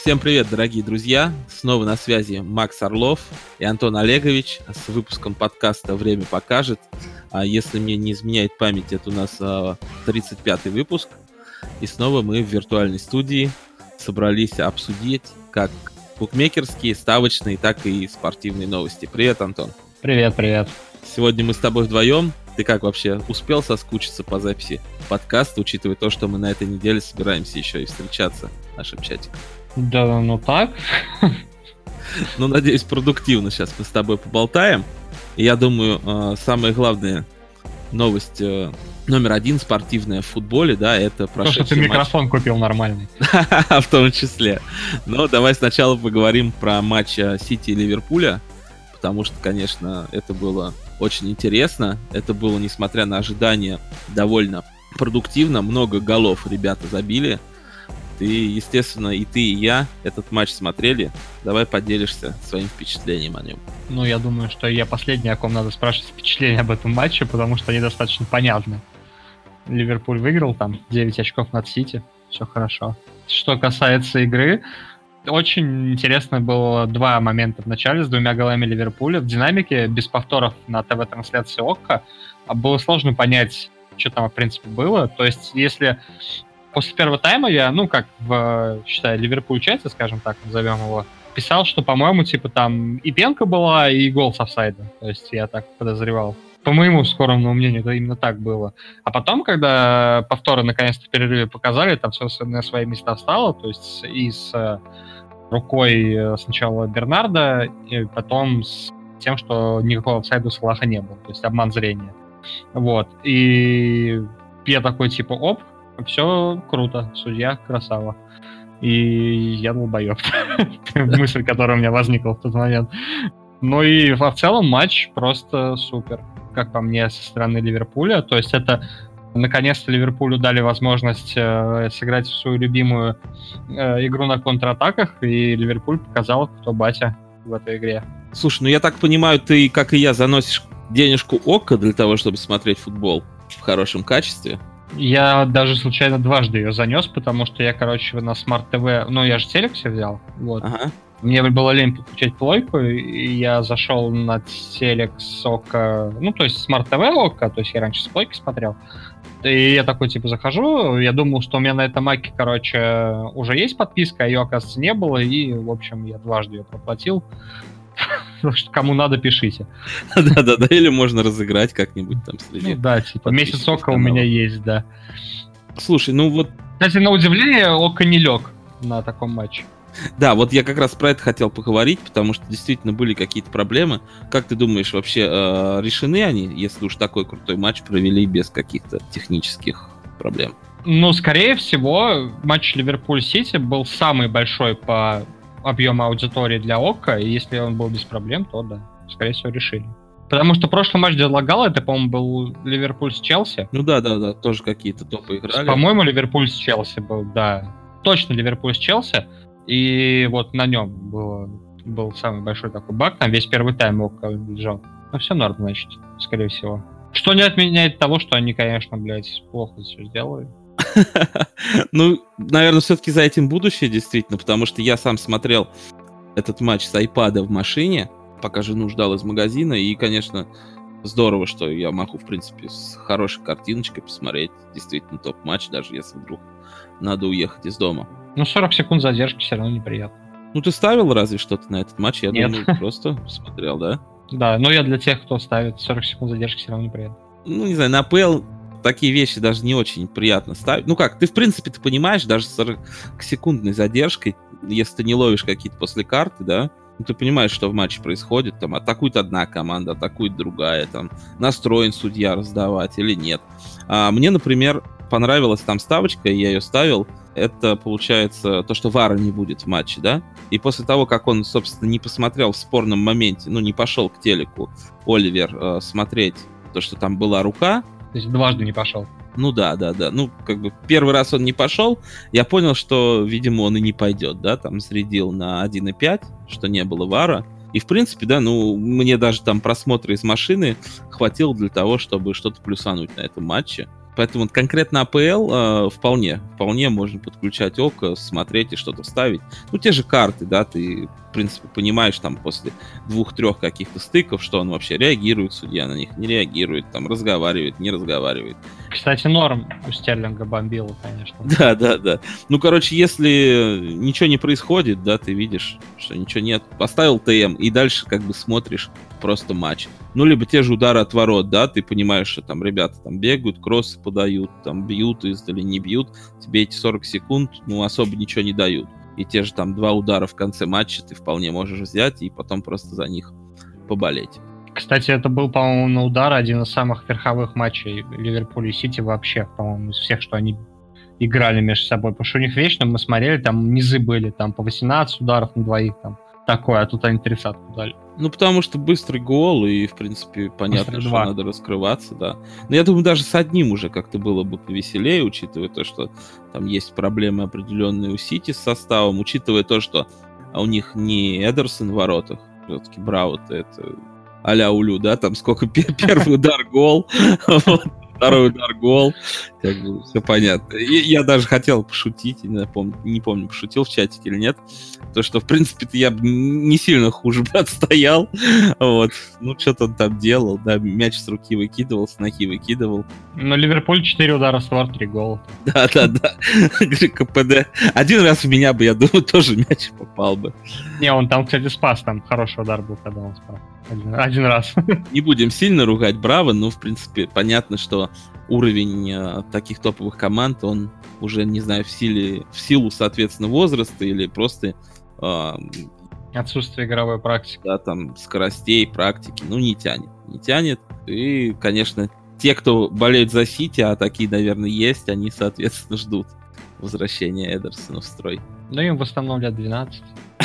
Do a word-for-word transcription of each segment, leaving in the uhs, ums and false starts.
Всем привет, дорогие друзья! Снова на связи Макс Орлов и Антон Олегович с выпуском подкаста «Время покажет». А если мне не изменяет память, это у нас тридцать пятый выпуск. И снова мы в виртуальной студии собрались обсудить как букмекерские, ставочные, так и спортивные новости. Привет, Антон! Привет, привет! Сегодня мы с тобой вдвоем. Ты как вообще, успел соскучиться по записи подкаста, учитывая то, что мы на этой неделе собираемся еще и встречаться в нашем чатике? Да, ну так. Ну, надеюсь, продуктивно сейчас мы с тобой поболтаем. И я думаю, самая главная новость номер один спортивная в футболе, да, это прошедший матч. То, что ты микрофон матч. Купил нормальный. В том числе. Но давай сначала поговорим про матч Сити и Ливерпуля, потому что, конечно, это было очень интересно. Это было, несмотря на ожидания, довольно продуктивно. Много голов ребята забили. Ты, естественно, и ты, и я этот матч смотрели. Давай поделишься своим впечатлением о нем. Ну, я думаю, что я последний, о ком надо спрашивать впечатления об этом матче, потому что они достаточно понятны. Ливерпуль выиграл там девять очков над Сити. Все хорошо. Что касается игры, очень интересно было два момента в начале с двумя голами Ливерпуля. В динамике, без повторов на ТВ-трансляции ОККО, было сложно понять, что там, в принципе, было. То есть, если после первого тайма я, ну, как в, считаю, Ливерпуль чате, скажем так, назовем его, писал, что, по-моему, типа там и пенка была, и гол с офсайда. То есть я так подозревал. По моему скромному мнению, это именно так было. А потом, когда повторы наконец-то в перерыве показали, там все на свои места встало, то есть и с рукой сначала Бернарда, и потом с тем, что никакого офсайда у Салаха не было, то есть обман зрения. Вот. И я такой, типа, оп, все круто, судья красава. И я долбоёб. Мысль, которая у меня возникла в тот момент. Ну и в целом матч просто супер, как по мне, со стороны Ливерпуля. То есть это наконец-то Ливерпулю дали возможность э, сыграть в свою любимую э, игру на контратаках, и Ливерпуль показал, кто батя в этой игре. Слушай, ну я так понимаю, ты, как и я, заносишь денежку ОККО для того, чтобы смотреть футбол в хорошем качестве? Я даже случайно дважды ее занес, потому что я, короче, на Smart ти ви... Ну, я же телек все взял, вот. Ага. Мне было лень подключать плойку, и я зашел на телек с ОККО... Ну, то есть Smart ти ви ОККО, то есть я раньше с плойки смотрел. И я такой, типа, захожу, я думал, что у меня на этом маке, короче, уже есть подписка, а ее, оказывается, не было, и, в общем, я дважды ее проплатил. Кому надо, пишите. Да-да-да, или можно разыграть как-нибудь там среди. Ну да, типа, месяц ОККО у меня есть, да. Слушай, ну вот... Кстати, на удивление, ОККО не лег на таком матче. Да, вот я как раз про это хотел поговорить, потому что действительно были какие-то проблемы. Как ты думаешь, вообще э, решены они, если уж такой крутой матч провели без каких-то технических проблем? Ну, скорее всего, матч Ливерпуль-Сити был самый большой по объему аудитории для ОККО, и если он был без проблем, то да, скорее всего, решили. Потому что прошлый матч, где лагал, это, по-моему, был Ливерпуль с Челси. Ну да-да-да, тоже какие-то топы играли. По-моему, Ливерпуль с Челси был, да. Точно Ливерпуль с Челси. И вот на нем было, был самый большой такой баг, там весь первый тайм ОККО лежал. Ну все норм, значит, скорее всего. Что не отменяет того, что они, конечно, блядь, плохо все сделали. Ну, наверное, все-таки за этим будущее, действительно, потому что я сам смотрел этот матч с айпада в машине, пока жену ждал из магазина, и, конечно, здорово, что я могу, в принципе, с хорошей картиночкой посмотреть. Действительно топ-матч, даже если вдруг надо уехать из дома. Ну, сорок секунд задержки все равно неприятно. Ну, ты ставил разве что-то на этот матч? Я Нет. думаю, просто смотрел, да? Да, но я для тех, кто ставит, сорок секунд задержки все равно неприятно. Ну, не знаю, на АПЛ такие вещи даже не очень приятно ставить. Ну как, ты в принципе ты понимаешь, даже с сорокасекундной задержкой, если ты не ловишь какие-то после карты, да, ну, ты понимаешь, что в матче происходит, там атакует одна команда, атакует другая, там настроен судья раздавать или нет. А мне, например, понравилась там ставочка, я ее ставил, это получается то, что вара не будет в матче, да, и после того, как он, собственно, не посмотрел в спорном моменте, ну, не пошел к телеку, Оливер, э, смотреть то, что там была рука. То есть дважды не пошел. Ну да, да, да. Ну, как бы первый раз он не пошел, я понял, что, видимо, он и не пойдет, да, там зарядил на один и пять, что не было вара. И, в принципе, да, ну, мне даже там просмотра из машины хватило для того, чтобы что-то плюсануть на этом матче. Поэтому вот конкретно АПЛ э, вполне, вполне можно подключать око, смотреть и что-то ставить. Ну, те же карты, да, ты, в принципе, понимаешь там после двух-трех каких-то стыков, что он вообще реагирует, судья на них не реагирует, там разговаривает, не разговаривает. Кстати, норм у Стерлинга бомбило, конечно. Да, да, да. Ну, короче, если ничего не происходит, да, ты видишь, что ничего нет, поставил ТМ и дальше как бы смотришь просто матч. Ну, либо те же удары от ворот, да, ты понимаешь, что там ребята там бегают, кроссы подают, там бьют издали, не бьют, тебе эти сорок секунд, ну, особо ничего не дают. И те же там два удара в конце матча ты вполне можешь взять и потом просто за них поболеть. Кстати, это был, по-моему, на удар один из самых верховых матчей Ливерпуля и Сити вообще, по-моему, из всех, что они играли между собой. Потому что у них вечно мы смотрели, там низы были, там по восемнадцать ударов на двоих, там такое, а тут они тридцатку дали. Ну, потому что быстрый гол, и, в принципе, понятно, Быстрый что два. надо раскрываться, да. Но я думаю, даже с одним уже как-то было бы повеселее, учитывая то, что там есть проблемы определенные у Сити с составом, учитывая то, что у них не Эдерсон в воротах, все-таки Браут это а-ля Улю, да, там сколько первый удар гол, второй удар гол, как бы все понятно. И я даже хотел пошутить, не помню, не помню, пошутил в чатике или нет, то, что, в принципе-то, я бы не сильно хуже бы отстоял, вот, ну, что-то он там делал, да, мяч с руки выкидывал, с ноги выкидывал. Но Ливерпуль четыре удара створ, три гола. Да-да-да, КПД. Один раз в меня бы, я думаю, тоже мяч попал бы. Не, он там, кстати, спас, там хороший удар был, когда он спас. Один, один раз. Не будем сильно ругать Браво, но, в принципе, понятно, что уровень э, таких топовых команд, он уже, не знаю, в силе, в силу, соответственно, возраста или просто э, отсутствие игровой практики. Да, там, скоростей, практики, ну, не тянет. Не тянет. И, конечно, те, кто болеет за Сити, а такие, наверное, есть, они, соответственно, ждут возвращения Эдерсона в строй. Ну, им в основном лет двенадцать.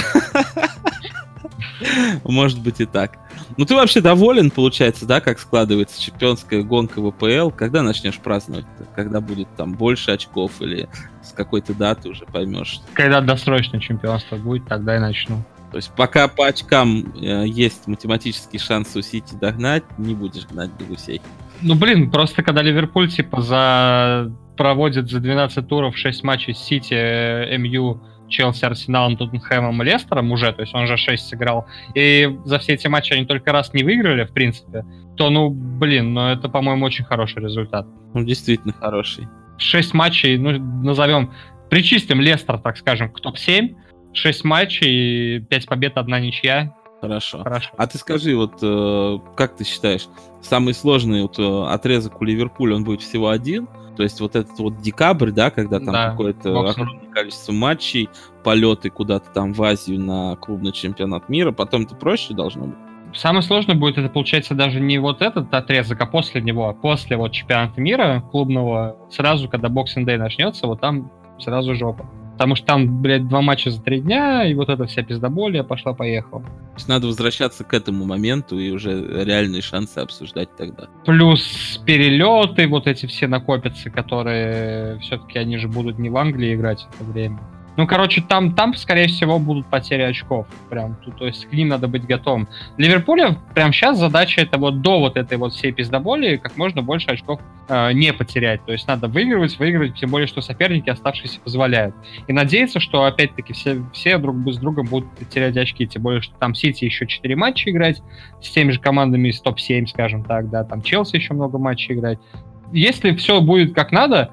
Может быть и так. Ну, ты вообще доволен, получается, да, как складывается чемпионская гонка в АПЛ? Когда начнешь праздновать-то? Когда будет там больше очков или с какой-то даты уже поймешь? Когда досрочное чемпионство будет, тогда и начну. То есть пока по очкам э, есть математический шанс у Сити догнать, не будешь гнать до гусей. Ну, блин, просто когда Ливерпуль, типа, за... проводит за двенадцать туров шесть матчей с Сити, МЮ, Челси, Арсеналом, Тоттенхэмом и Лестером уже, то есть он же шесть сыграл, и за все эти матчи они только раз не выиграли, в принципе, то, ну, блин, ну это, по-моему, очень хороший результат. Ну, действительно хороший. Шесть матчей, ну, назовем, причистим Лестер, так скажем, к топ семь, шесть матчей, пять побед, одна ничья. Хорошо. Хорошо. А ты скажи, вот э, как ты считаешь, самый сложный вот, э, отрезок у Ливерпуля, он будет всего один? То есть вот этот вот декабрь, да, когда там Да, какое-то боксом. огромное количество матчей, полеты куда-то там в Азию на клубный чемпионат мира, потом это проще должно быть? Самое сложное будет, это, получается, даже не вот этот отрезок, а после него, а после вот чемпионата мира клубного, сразу, когда Boxing Day начнется, вот там сразу жопа. Потому что там, блядь, два матча за три дня, и вот эта вся пиздоболия пошла-поехала. То есть надо возвращаться к этому моменту и уже реальные шансы обсуждать тогда. Плюс перелеты, вот эти все накопятся, которые все-таки они же будут не в Англии играть в это время. Ну, короче, там, там, скорее всего, будут потери очков. Прям, то, то есть к ним надо быть готовым. Ливерпуля прямо сейчас задача это вот до вот этой вот всей пиздоболи как можно больше очков э, не потерять. То есть надо выигрывать, выигрывать, тем более, что соперники оставшиеся позволяют. И надеяться, что, опять-таки, все, все друг с другом будут терять очки. Тем более, что там Сити еще четыре матча играть с теми же командами из топ семь, скажем так, да, там Челси еще много матчей играть. Если все будет как надо,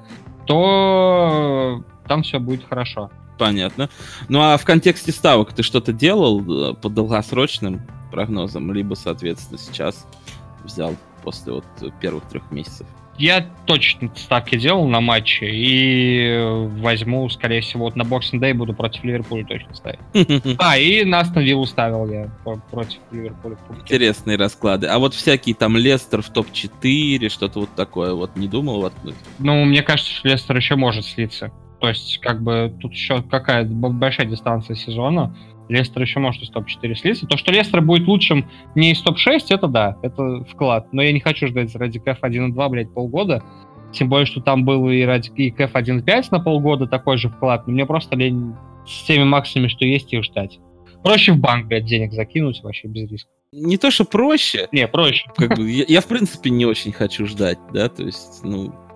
то там все будет хорошо. Понятно. Ну а в контексте ставок ты что-то делал по долгосрочным прогнозам, либо, соответственно, сейчас взял после вот первых трех месяцев? Я точно ставки делал на матче и возьму, скорее всего, вот на Boxing Day буду против Ливерпуля точно ставить. А, и на Астон Виллу ставил я против Ливерпуля. Интересные расклады. А вот всякие там Лестер в топ четыре, что-то вот такое, вот не думал воткнуть? Ну, мне кажется, что Лестер еще может слиться. То есть, как бы, тут еще какая большая дистанция сезона. Лестер еще может из топ четыре слиться. То, что Лестер будет лучшим не из топ шесть, это да, это вклад. Но я не хочу ждать ради КФ один и два, блядь, полгода. Тем более, что там был и ради и КФ один и пять на полгода такой же вклад. Но мне просто лень с теми максимумами, что есть, их ждать. Проще в банк, блядь, денег закинуть вообще без риска. Не то, что проще. Не, проще. Как бы, я, я, в принципе, не очень хочу ждать, да, то есть, ну...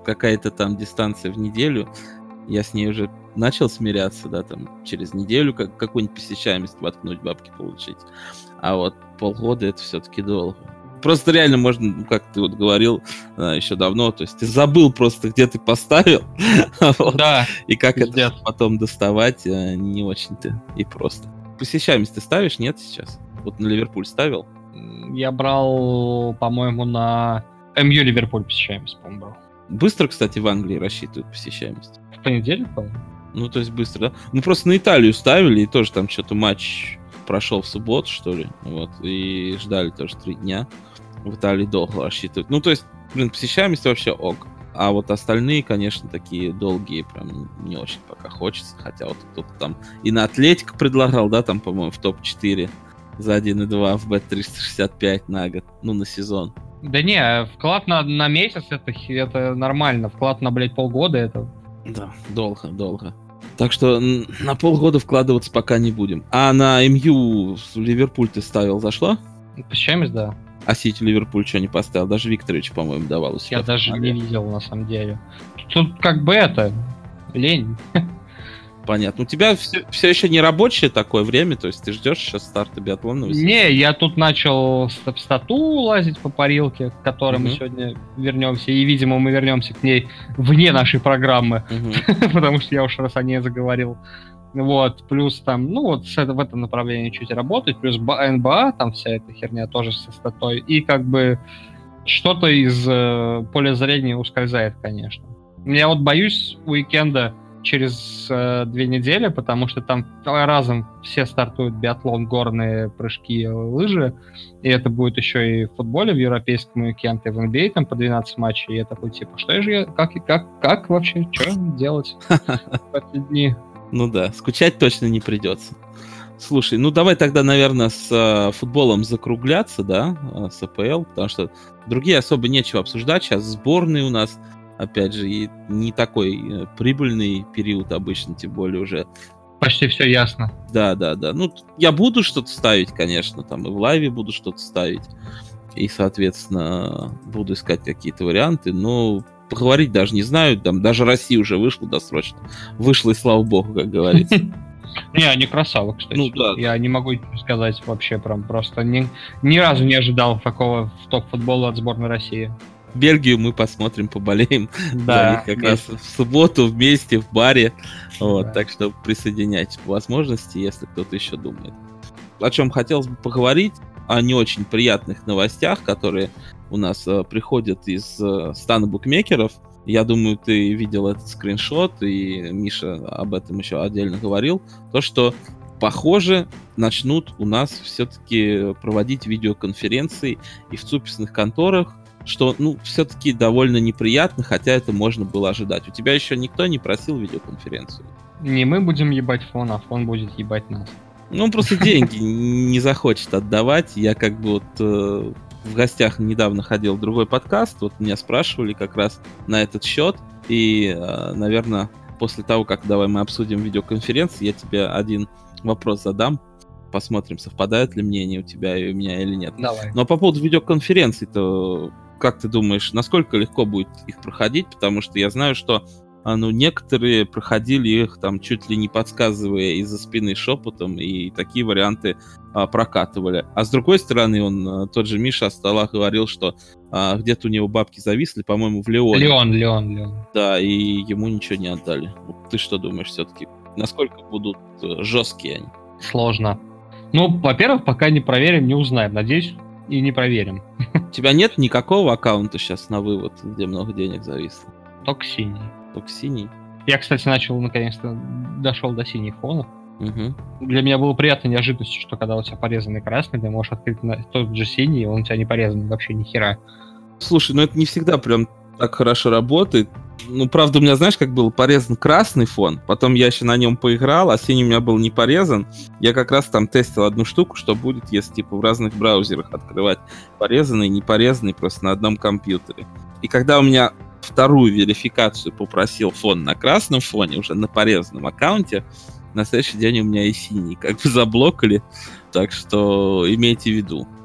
какая-то там дистанция в неделю, я с ней уже начал смиряться, да, там, через неделю как, какую-нибудь посещаемость воткнуть, бабки получить. А вот полгода это все-таки долго. Просто реально можно, ну, как ты вот говорил а, еще давно, то есть ты забыл просто, где ты поставил, вот, Да, и как пиздец. это потом доставать а, не очень-то и просто. Посещаемость ты ставишь, нет, сейчас? Вот на Ливерпуль ставил? Я брал, по-моему, на эм ю Ливерпуль посещаемость, по-моему, брал. Быстро, кстати, в Англии рассчитывают посещаемость. В понедельник, по-моему? Ну, то есть быстро, да? Мы просто на Италию ставили, и тоже там что-то матч прошел в субботу, что ли, вот, и ждали тоже три дня. В Италии долго рассчитывают. Ну, то есть, блин, посещаемость вообще ок. А вот остальные, конечно, такие долгие, прям не очень пока хочется. Хотя вот кто-то там и на Атлетико предлагал, да, там, по-моему, в топ четыре за один и два в бет триста шестьдесят пять на год, ну, на сезон. Да не, вклад на, на месяц это, это нормально. Вклад на, блядь, полгода это... Да, долго, долго. Так что на полгода вкладываться пока не будем. А на эм ю Ливерпуль ты ставил, зашло? Посещаемость, да. А Сити Ливерпуль что не поставил? Даже Викторович, по-моему, давал у себя. Я даже не видел, на самом деле. Тут как бы это... Лень. Понятно. У тебя все, все еще не рабочее такое время, то есть ты ждешь сейчас старта биатлонного сезона? Не, я тут начал в стату лазить по парилке, к которой мы Мгм. сегодня вернемся, и, видимо, мы вернемся к ней вне нашей программы, Мгм. потому что я уж раз о ней заговорил. Вот, плюс там, ну вот с это- в этом направлении чуть работать, плюс ба- эн бэ а, там вся эта херня тоже со статой, и как бы что-то из э, поля зрения ускользает, конечно. Я вот боюсь уикенда через э, две недели, потому что там разом все стартуют биатлон, горные прыжки, лыжи, и это будет еще и в футболе, в европейском уикенд, и в эн би эй там по двенадцать матчей, и я такой, типа, что же я, как, как, как вообще, что делать в эти дни? Ну да, скучать точно не придется. Слушай, ну давай тогда, наверное, с э, футболом закругляться, да, э, с а пэ эл, потому что другие особо нечего обсуждать. Сейчас сборные у нас, опять же, и не такой э, прибыльный период обычно, тем более уже. Почти все ясно. Да, да, да. Ну, т- я буду что-то ставить, конечно, там и в лайве буду что-то ставить, и, соответственно, буду искать какие-то варианты, но поговорить даже не знаю, там даже Россия уже вышла досрочно. Вышла, и слава богу, как говорится. Не, они красавы, кстати. Ну да. Я не могу сказать вообще прям просто ни, ни разу не ожидал такого в топ-футбола от сборной России. Бельгию мы посмотрим, поболеем за Да, них как раз вместе. в субботу вместе в баре. Вот, Да. так что присоединяйтесь по возможности, если кто-то еще думает. О чем хотелось бы поговорить, о не очень приятных новостях, которые у нас э, приходят из э, стана букмекеров. Я думаю, ты видел этот скриншот, и Миша об этом еще отдельно говорил. То, что, похоже, начнут у нас все-таки проводить видеоконференции и в цуписных конторах, что, ну, все-таки довольно неприятно, хотя это можно было ожидать. У тебя еще никто не просил видеоконференцию? Не мы будем ебать фон, а фон будет ебать нас. Ну, он просто деньги не захочет отдавать. Я как бы вот э, в гостях недавно ходил в другой подкаст, вот меня спрашивали как раз на этот счет, и, э, наверное, после того, как давай мы обсудим видеоконференцию, я тебе один вопрос задам, посмотрим, совпадает ли мнение у тебя и у меня или нет. Давай. Но по поводу видеоконференций-то, как ты думаешь, насколько легко будет их проходить? Потому что я знаю, что а, ну, некоторые проходили их там чуть ли не подсказывая из-за спины шепотом, и такие варианты а, прокатывали. А с другой стороны, он, а, тот же Миша Столах говорил, что а, где-то у него бабки зависли, по-моему, в Леоне. Леон, Леон, Леон. Да, и ему ничего не отдали. Вот ты что думаешь все-таки? Насколько будут э, жесткие они? Сложно. Ну, во-первых, пока не проверим, не узнаем. Надеюсь, и не проверим. У тебя нет никакого аккаунта сейчас на вывод, где много денег зависло? Только синий. Только синий? Я, кстати, начал, наконец-то, дошел до синих фонов. Угу. Для меня было приятной неожиданностью, что когда у тебя порезанный красный, ты можешь открыть на тот же синий, и он у тебя не порезанный вообще ни хера. Слушай, ну это не всегда прям так хорошо работает. Ну, правда, у меня, знаешь, как был порезан красный фон, потом я еще на нем поиграл, а синий у меня был не порезан. Я как раз там тестил одну штуку, что будет, если типа в разных браузерах открывать порезанный и не порезанный просто на одном компьютере. И когда у меня вторую верификацию попросил фон на красном фоне, уже на порезанном аккаунте, на следующий день у меня и синий как бы заблокали. Так что имейте в виду.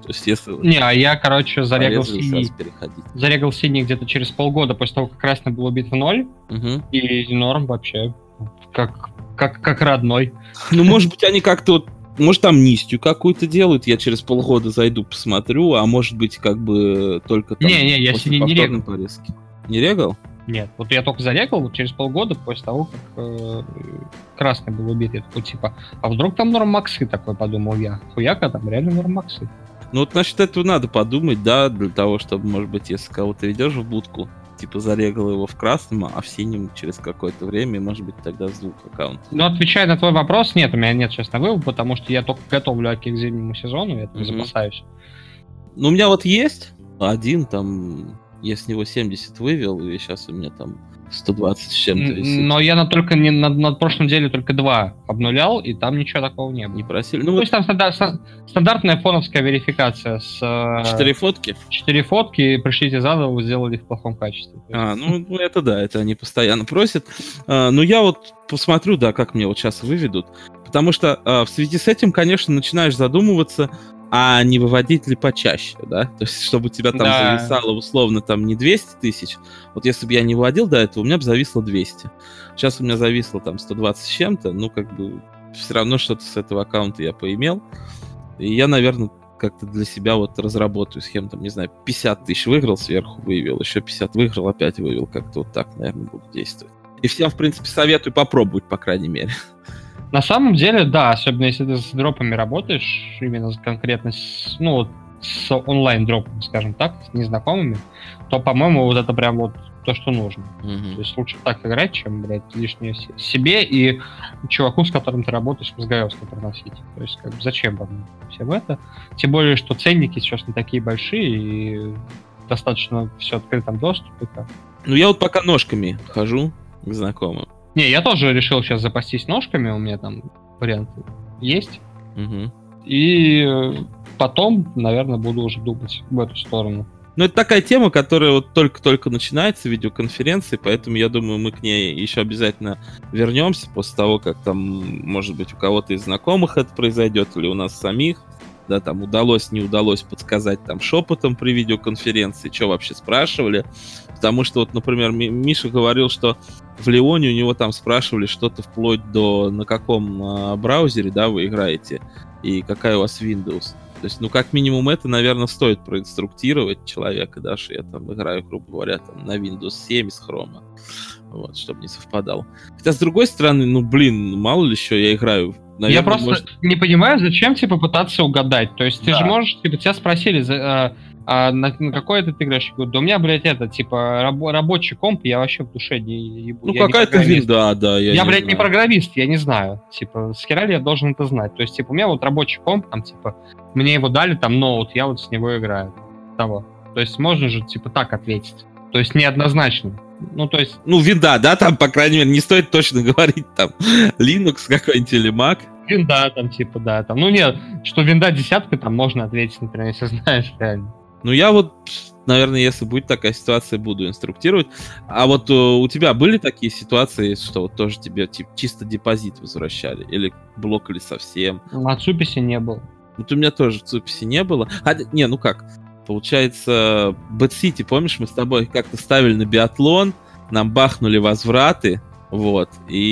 То есть, если Не, а я, короче, зарегал порезали, синий, сразу переходить. зарегал синий где-то через полгода после того, как красный был убит в ноль, Мгм. и норм вообще, как, как, как родной. Ну, может быть, они как-то вот, может, там нистью какую-то делают, я через полгода зайду, посмотрю, а может быть, как бы только там Не-не, я после синий не повторной регал. порезки. Не регал? Нет, вот я только зарегал вот через полгода после того, как э, красный был убит. Я такой, типа, а вдруг там норм-максы, такой подумал я. Хуяка, там реально норм-максы. Ну, вот насчет этого надо подумать, да, для того, чтобы, может быть, если кого-то ведешь в будку, типа зарегал его в красном, а в синем через какое-то время, и, может быть, тогда с двух аккаунтов. Ну, отвечая на твой вопрос, нет, у меня нет, честно, вывода, потому что я только готовлю аки к зимнему сезону, я там Мгм. запасаюсь. Ну, у меня вот есть один, там, я с него семьдесят вывел, и сейчас у меня там сто двадцать с чем-то висит. Но я на только не на, на прошлом деле только два обнулял, и там ничего такого не было. Не просили. Ну, Ну, то вот есть там стандар- ста- стандартная фоновская верификация с э, четыре фотки. четыре фотки, пришлите заново, сделали в плохом качестве. То А, есть- ну, ну, это да, это они постоянно просят. А, ну, я вот посмотрю, да, как мне вот сейчас выведут. Потому что а, в связи с этим, конечно, начинаешь задумываться, а не выводить ли почаще, да? То есть, чтобы у тебя там Да. зависало условно там не двести тысяч. Вот если бы я не выводил до этого, у меня бы зависло двести. Сейчас у меня зависло там сто двадцать с чем-то, ну, как бы все равно что-то с этого аккаунта я поимел. И я, наверное, как-то для себя вот разработаю схему, там, не знаю, пятьдесят тысяч выиграл, сверху вывел, еще пятьдесят выиграл, опять вывел, как-то вот так, наверное, буду действовать. И всем, в принципе, советую попробовать, по крайней мере. На самом деле, да, особенно если ты с дропами работаешь, именно конкретно с, ну, вот с онлайн-дропами, скажем так, с незнакомыми, то, по-моему, вот это прям вот то, что нужно. То есть лучше так играть, чем, блядь, лишнее се- себе и чуваку, с которым ты работаешь, мозгоёбство проносить. То есть, как бы, зачем вам всем это? Тем более, что ценники сейчас не такие большие, и достаточно все в открытом доступе. Так. Ну, я вот пока ножками хожу к знакомым. Не, я тоже решил сейчас запастись ножками, у меня там варианты есть. Мгм. И э, потом, наверное, буду уже думать в эту сторону. Ну, это такая тема, которая вот только-только начинается, видеоконференции, поэтому я думаю, мы к ней еще обязательно вернемся после того, как там, может быть, у кого-то из знакомых это произойдет, или у нас самих, да, там удалось, не удалось подсказать там шепотом при видеоконференции, что вообще спрашивали, потому что вот, например, Ми- Миша говорил, что в Леоне у него там спрашивали что-то вплоть до на каком а, браузере, да, вы играете, и какая у вас Windows. То есть, ну, как минимум, это, наверное, стоит проинструктировать человека, да, что я там играю, грубо говоря, там, на Windows семь с хрома, вот, чтобы не совпадало. Хотя, с другой стороны, ну, блин, мало ли что, я играю, наверное, я просто может... не понимаю, зачем, типа, пытаться угадать. То есть ты Да. же можешь, типа, тебя спросили, за, а, а на, на какой это ты играешь? Я говорю, да у меня, блядь, это, типа, рабо- рабочий комп, я вообще в душе не ебу. Ну, я не какая-то программист. винда, да, я, Я, не блядь, не знаю. программист, я не знаю. Типа, с хера ли я должен это знать? То есть, типа, у меня вот рабочий комп, там, типа, мне его дали, там, ноут, я вот с него играю. Того. То есть, можно же, типа, так ответить. То есть, неоднозначно. Ну, то есть, Ну, винда, да, там, по крайней мере, не стоит точно говорить, там, Linux какой-нибудь или Mac. винда там, типа, да, там. Ну, нет, что винда десятка, там можно ответить, например, если знаешь, реально. Ну, я вот, наверное, если будет такая ситуация, буду инструктировать. А вот э, у тебя были такие ситуации, что вот тоже тебе типа, чисто депозит возвращали? Или блокали совсем? На Цуписе не был. Вот у меня тоже в Цуписе не было. А, не, ну как, получается, Bad City, помнишь, мы с тобой как-то ставили на биатлон, нам бахнули возвраты, вот,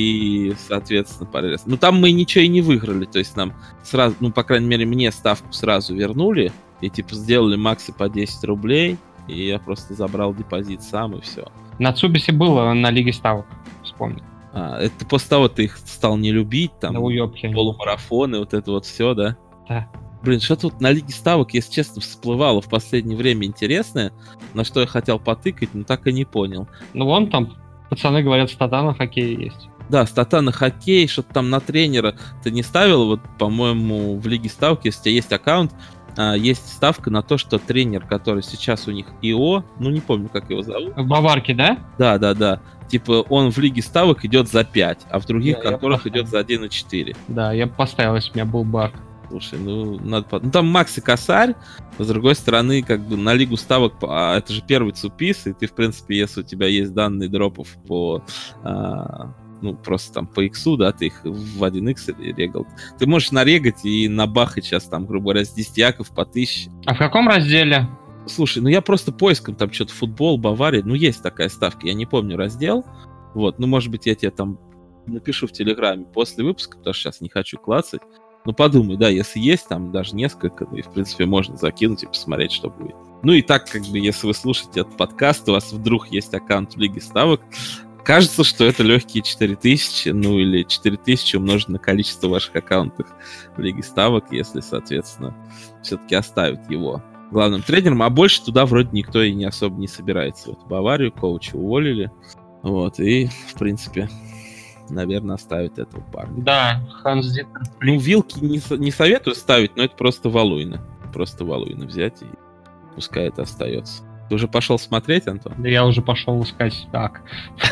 и, соответственно, порез. Ну, там мы ничего и не выиграли, то есть нам сразу, ну, по крайней мере, мне ставку сразу вернули, и, типа, сделали максы по десять рублей, и я просто забрал депозит сам, и все. На Цуписе было на Лиге Ставок, вспомнил. А, это после того ты их стал не любить, там, Да уёбки они. полумарафоны, вот это вот все, да? Да. Блин, что тут на Лиге Ставок, если честно, всплывало в последнее время интересное, на что я хотел потыкать, но так и не понял. Ну, вон там, пацаны говорят, стата на хоккее есть. Да, стата на хоккей, что-то там на тренера ты не ставил, вот, по-моему, в Лиге Ставок, если у тебя есть аккаунт, а, есть ставка на то, что тренер, который сейчас у них ИО, ну не помню, как его зовут. В Баварке, да? Да, да, да. Типа он в Лиге Ставок идет за пять, а в других Да, я конторах поставил. идет за один и четыре. Да, я бы поставил, если у меня был баг. Слушай, ну надо... по- Ну там Макс и Косарь, с другой стороны, как бы на Лигу Ставок, а это же первый Цупис, и ты, в принципе, если у тебя есть данные дропов по а, ну, просто там по иксу, да, ты их в один икс регал. Ты можешь нарегать и набахать сейчас там, грубо говоря, с десяти яков по тысяче. А в каком разделе? Слушай, ну я просто поиском там что-то футбол, Бавария, ну есть такая ставка, я не помню раздел. Вот, ну может быть я тебе там напишу в Телеграме после выпуска, потому что сейчас не хочу клацать. Ну подумай, да, если есть там даже несколько, и в принципе можно закинуть и посмотреть, что будет. Ну и так, как бы, если вы слушаете этот подкаст, у вас вдруг есть аккаунт в Лиге Ставок, кажется, что это легкие четыре тысячи, ну или четыре тысячи умножить на количество ваших аккаунтов в Лиге Ставок, если, соответственно, все-таки оставить его главным тренером, а больше туда вроде никто и не особо не собирается. Вот Баварию коуча уволили, вот, и, в принципе, наверное, оставят этого парня. Да, Ханс Дитер. Ну, вилки не, не советую ставить, но это просто Валуйна. Просто Валуйна взять, и пускай это остается. Ты уже пошел смотреть, Антон? Да я уже пошел искать так.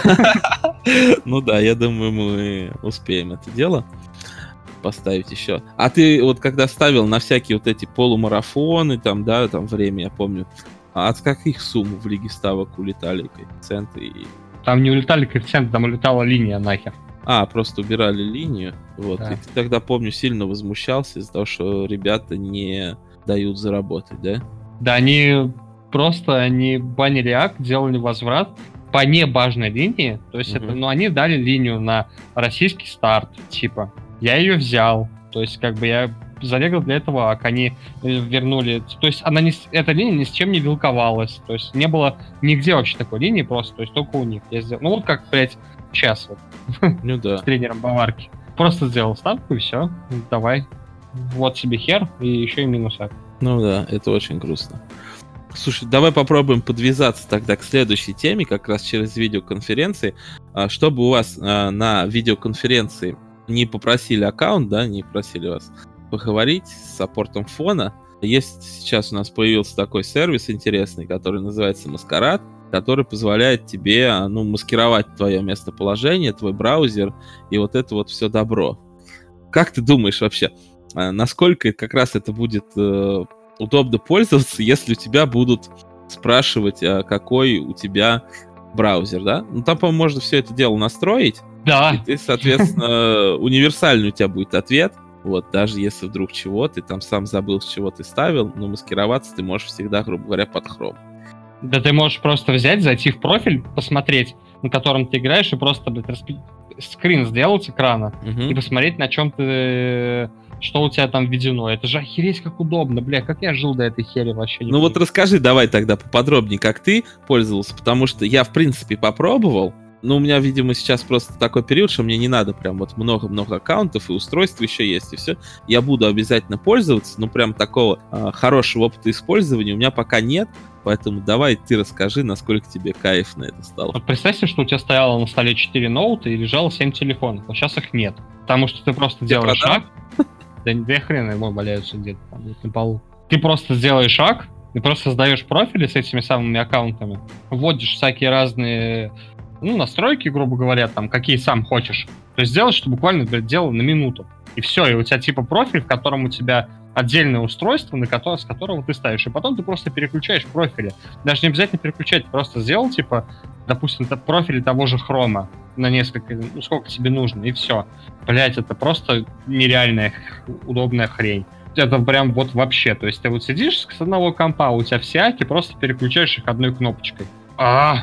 Ну да, я думаю, мы успеем это дело поставить еще. А ты вот когда ставил на всякие вот эти полумарафоны, там, да, там время, я помню, а от каких сумм в Лиге Ставок улетали коэффициенты? И... Там не улетали коэффициенты, там улетала линия нахер. А, просто убирали линию. Вот. Да. И ты тогда, помню, сильно возмущался из-за того, что ребята не дают заработать, да? Да, они просто они банили акт, делали возврат по небажной линии. То есть, Мгм. это, ну, они дали линию на российский старт, типа. Я ее взял. То есть, как бы я зарегал для этого ак, они вернули. То есть, она не, с- эта линия ни с чем не вилковалась. То есть, не было нигде вообще такой линии просто. То есть, только у них. Я сделал. Ну, вот как, блядь, сейчас вот Ну да. с тренером Баварки. Просто сделал ставку и все. Давай. Вот себе хер и еще и минусак. Ну да, это очень грустно. Слушай, давай попробуем подвязаться тогда к следующей теме, как раз через видеоконференции. А, Чтобы у вас а, на видеоконференции не попросили аккаунт, да, не просили вас поговорить с саппортом фона, есть сейчас у нас появился такой сервис интересный, который называется Маскарад, который позволяет тебе, а, ну, маскировать твое местоположение, твой браузер и вот это вот все добро. Как ты думаешь вообще, а, насколько как раз это будет э, удобно пользоваться, если у тебя будут спрашивать, а, какой у тебя браузер, да? Ну, там, по-моему, можно все это дело настроить, и Да. ты, соответственно, универсальный у тебя будет ответ. Вот, даже если вдруг чего, ты там сам забыл, с чего ты ставил, но маскироваться ты можешь всегда, грубо говоря, под Chrome. Да ты можешь просто взять, зайти в профиль, посмотреть, на котором ты играешь, и просто, блядь, распи- скрин сделать экрана Мгм. и посмотреть, на чем ты, что у тебя там введено. Это же охереть как удобно, бля, как я жил до этой хери вообще. не Ну вот понимаю. расскажи давай тогда поподробнее, как ты пользовался, потому что я, в принципе, попробовал, но у меня, видимо, сейчас просто такой период, что мне не надо прям вот много-много аккаунтов, и устройств еще есть, и все. Я буду обязательно пользоваться, но прям такого а, хорошего опыта использования у меня пока нет, поэтому давай ты расскажи, насколько тебе кайф на это стало. Вот представь себе, что у тебя стояло на столе четыре ноута и лежало семь телефонов, а сейчас их нет. Потому что ты просто Я делаешь продал? шаг. Да не две хрена его валяются где-то там вот на полу. Ты просто сделаешь шаг, ты просто создаешь профили с этими самыми аккаунтами, вводишь всякие разные, ну, настройки, грубо говоря, там, какие сам хочешь. То есть сделать, что буквально, блядь, дело на минуту. И все, и у тебя типа профиль, в котором у тебя отдельное устройство, на которое, с которого ты ставишь. И потом ты просто переключаешь профили. Даже не обязательно переключать, просто сделал, типа, допустим, это профиль того же хрома на несколько, ну, сколько тебе нужно, и все. Блять, это просто нереальная х- удобная хрень. Это прям вот вообще. То есть ты вот сидишь с одного компа, у тебя все аки, просто переключаешь их одной кнопочкой. А,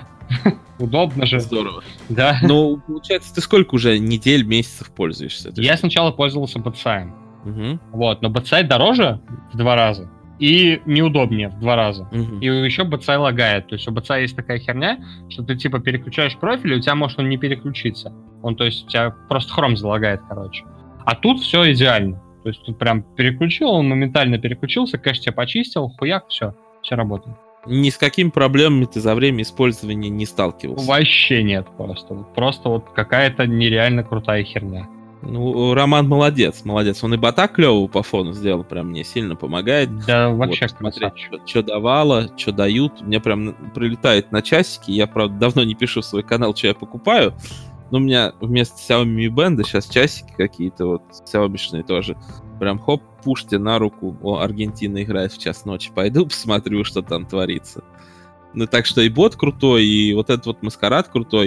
удобно же. Здорово. Да. Ну, получается, ты сколько уже недель, месяцев пользуешься? этой Я штукой? сначала пользовался бэтсаем. Мгм, Вот, но бэтсай дороже в два раза и неудобнее в два раза. мгм. И еще бэтсай лагает. То есть у бэтсая есть такая херня, что ты типа переключаешь профиль, и у тебя может он не переключиться. Он, то есть, у тебя просто хром залагает, короче. А тут все идеально. То есть тут прям переключил, он моментально переключился, кэш тебе почистил, хуяк, все, все работает. Ни с какими проблемами ты за время использования не сталкивался? Вообще нет просто. Вот просто вот какая-то нереально крутая херня. Ну, Роман молодец, молодец. Он и бота клевого по фону сделал, прям мне сильно помогает. Да вообще Вот, смотреть, красавчик. что давало, что дают. Мне прям на- прилетает на часики. Я, правда, давно не пишу в свой канал, что я покупаю. Но у меня вместо Xiaomi Mi Band сейчас часики какие-то, вот, Xiaomi-шные тоже. Прям хоп, пушьте на руку. О, Аргентина играет в час ночи. Пойду посмотрю, что там творится. Ну, так что и бот крутой, и вот этот вот маскарад крутой.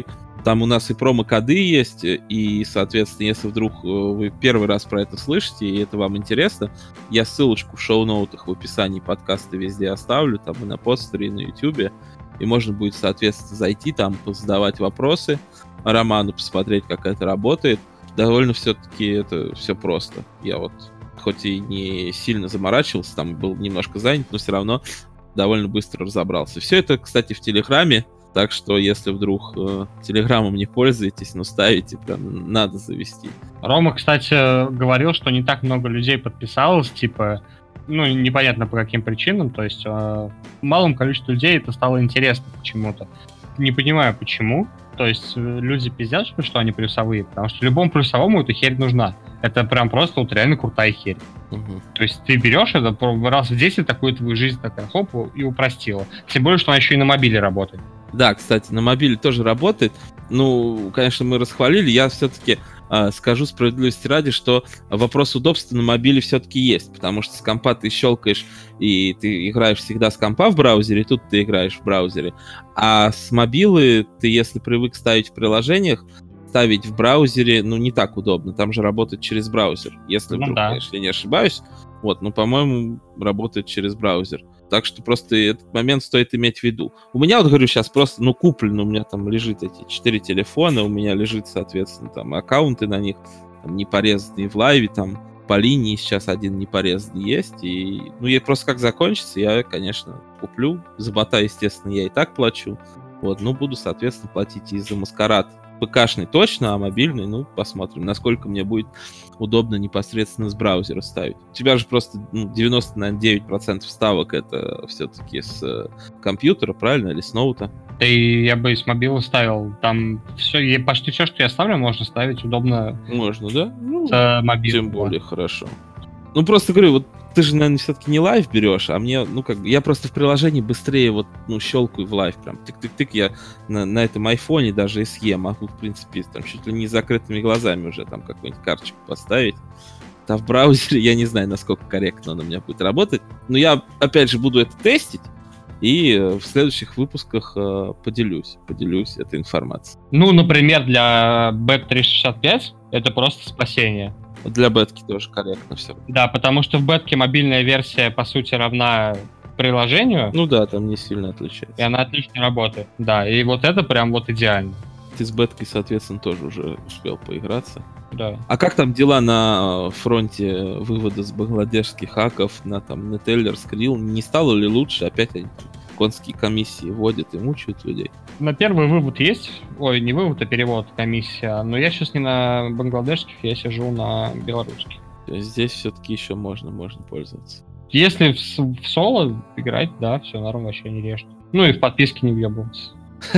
Там у нас и промокоды есть, и, соответственно, если вдруг вы первый раз про это слышите, и это вам интересно, я ссылочку в шоу-ноутах в описании подкаста везде оставлю, там и на постере, и на ютубе, и можно будет, соответственно, зайти там, задавать вопросы Роману, посмотреть, как это работает. Довольно все-таки это все просто. Я вот, хоть и не сильно заморачивался, там был немножко занят, но все равно довольно быстро разобрался. Все это, кстати, в Телеграме, так что если вдруг э, Телеграмом не пользуетесь, но ставите, прям надо завести. Рома, кстати, говорил, что не так много людей подписалось, типа, ну, непонятно по каким причинам, то есть э, малому количеству людей это стало интересно почему-то. Не понимаю, почему. То есть люди пиздят, что они плюсовые, потому что любому плюсовому эта херь нужна. Это прям просто вот реально крутая херь. Угу. То есть ты берешь это раз в десять, такую твою жизнь такая, хоп, и упростила. Тем более, что она еще и на мобиле работает. Да, кстати, на мобиле тоже работает. Ну, конечно, мы расхвалили. Я все-таки э, скажу справедливости ради, что вопрос удобства на мобиле все-таки есть, потому что с компа ты щелкаешь, и ты играешь всегда с компа в браузере, и тут ты играешь в браузере. А с мобилы ты, если привык ставить в приложениях, ставить в браузере, ну, не так удобно. Там же работает через браузер. Если ну, вдруг, да. конечно, я не ошибаюсь. Вот, ну, по-моему, работает через браузер. Так что просто этот момент стоит иметь в виду. У меня, вот говорю, сейчас просто, ну, куплено, у меня там лежит эти четыре телефона, у меня лежит, соответственно, там аккаунты на них, там, не порезанные в лайве, там, по линии сейчас один непорезанный есть, и, ну, я просто как закончится, я, конечно, куплю. За бота, естественно, я и так плачу. Вот, ну, буду, соответственно, платить и за Маскарад. ПКшный точно, а мобильный, ну, посмотрим, насколько мне будет удобно непосредственно с браузера ставить. У тебя же просто ну, девяносто девять процентов ставок это все-таки с э, компьютера, правильно, или с ноута? Да и я бы и с мобила ставил. Там все, почти все, что я ставлю, можно ставить удобно. Можно, да? Ну, с мобилом. Тем более хорошо. Ну, просто говорю, вот ты же, наверное, все-таки не лайв берешь, а мне, ну, как бы, я просто в приложении быстрее вот, ну, щелкаю в лайв прям. Тык-тык-тык, я на, на этом айфоне даже эс и могу, в принципе, там, чуть ли не с закрытыми глазами уже там какую-нибудь карточку поставить. А в браузере я не знаю, насколько корректно он у меня будет работать. Но я, опять же, буду это тестить, и в следующих выпусках э, поделюсь, поделюсь этой информацией. Ну, например, для бет триста шестьдесят пять это просто спасение. Для бетки тоже корректно все. Да, потому что в бетке мобильная версия, по сути, равна приложению. Ну да, там не сильно отличается. И она отлично работает. Да, и вот это прям вот идеально. Ты с беткой, соответственно, тоже уже успел поиграться. Да. А как там дела на фронте вывода с бангладешских хаков на там Neteller, Skrill? Не стало ли лучше? Опять они конские комиссии вводят и мучают людей. На первый вывод есть. Ой, не вывод, а перевод, комиссия. Но я сейчас не на бангладешских, я сижу на белорусских. Здесь все-таки еще можно, можно пользоваться. Если в, в соло играть, да, все норм, вообще не режет. Ну и в подписке не въебываться.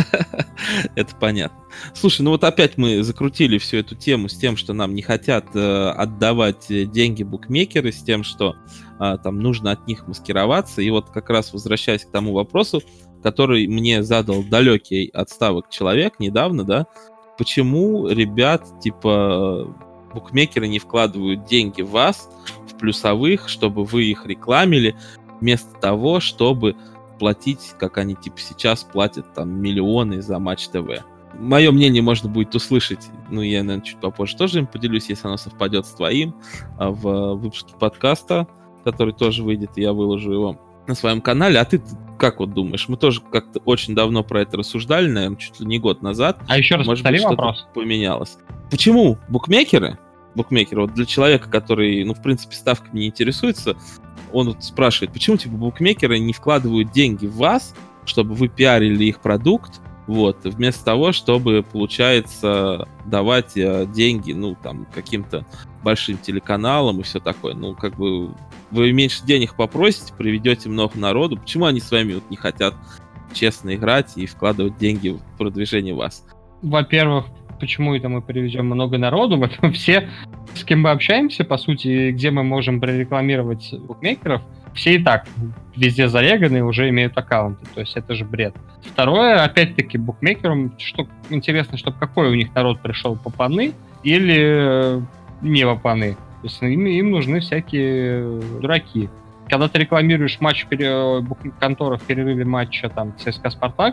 Это понятно. Слушай, ну вот опять мы закрутили всю эту тему с тем, что нам не хотят э, отдавать деньги букмекеры, с тем, что э, там нужно от них маскироваться. И вот как раз возвращаясь к тому вопросу, который мне задал далекий от ставок человек недавно, да, почему ребят, типа, букмекеры не вкладывают деньги в вас, в плюсовых, чтобы вы их рекламили, вместо того, чтобы платить, как они типа сейчас платят там миллионы за Матч ТВ. Мое мнение можно будет услышать, ну я, наверное, чуть попозже тоже им поделюсь, если оно совпадет с твоим, в выпуске подкаста, который тоже выйдет, и я выложу его на своем канале. А ты как вот думаешь? Мы тоже как-то очень давно про это рассуждали, наверное, чуть ли не год назад. А еще раз Может повтори быть, вопрос. Что-то поменялось. Почему букмекеры, букмекеры, вот для человека, который, ну, в принципе, ставками не интересуется, он вот спрашивает, почему типа букмекеры не вкладывают деньги в вас, чтобы вы пиарили их продукт, вот, вместо того, чтобы, получается, давать э, деньги, ну, там, каким-то большим телеканалам и все такое. Ну, как бы, вы меньше денег попросите, приведете много народу. Почему они с вами вот не хотят честно играть и вкладывать деньги в продвижение вас? Во-первых, почему это мы приведем много народу? Во-первых, все, с кем мы общаемся, по сути, где мы можем прорекламировать букмекеров, все и так везде зареганы и уже имеют аккаунты. То есть это же бред. Второе, опять-таки, букмекерам, что интересно, чтобы какой у них народ пришел, попаны или не попаны. То есть им, им нужны всякие дураки. когда ты рекламируешь матч пере... конторы в перерыве матча там ЦСКА Спартак,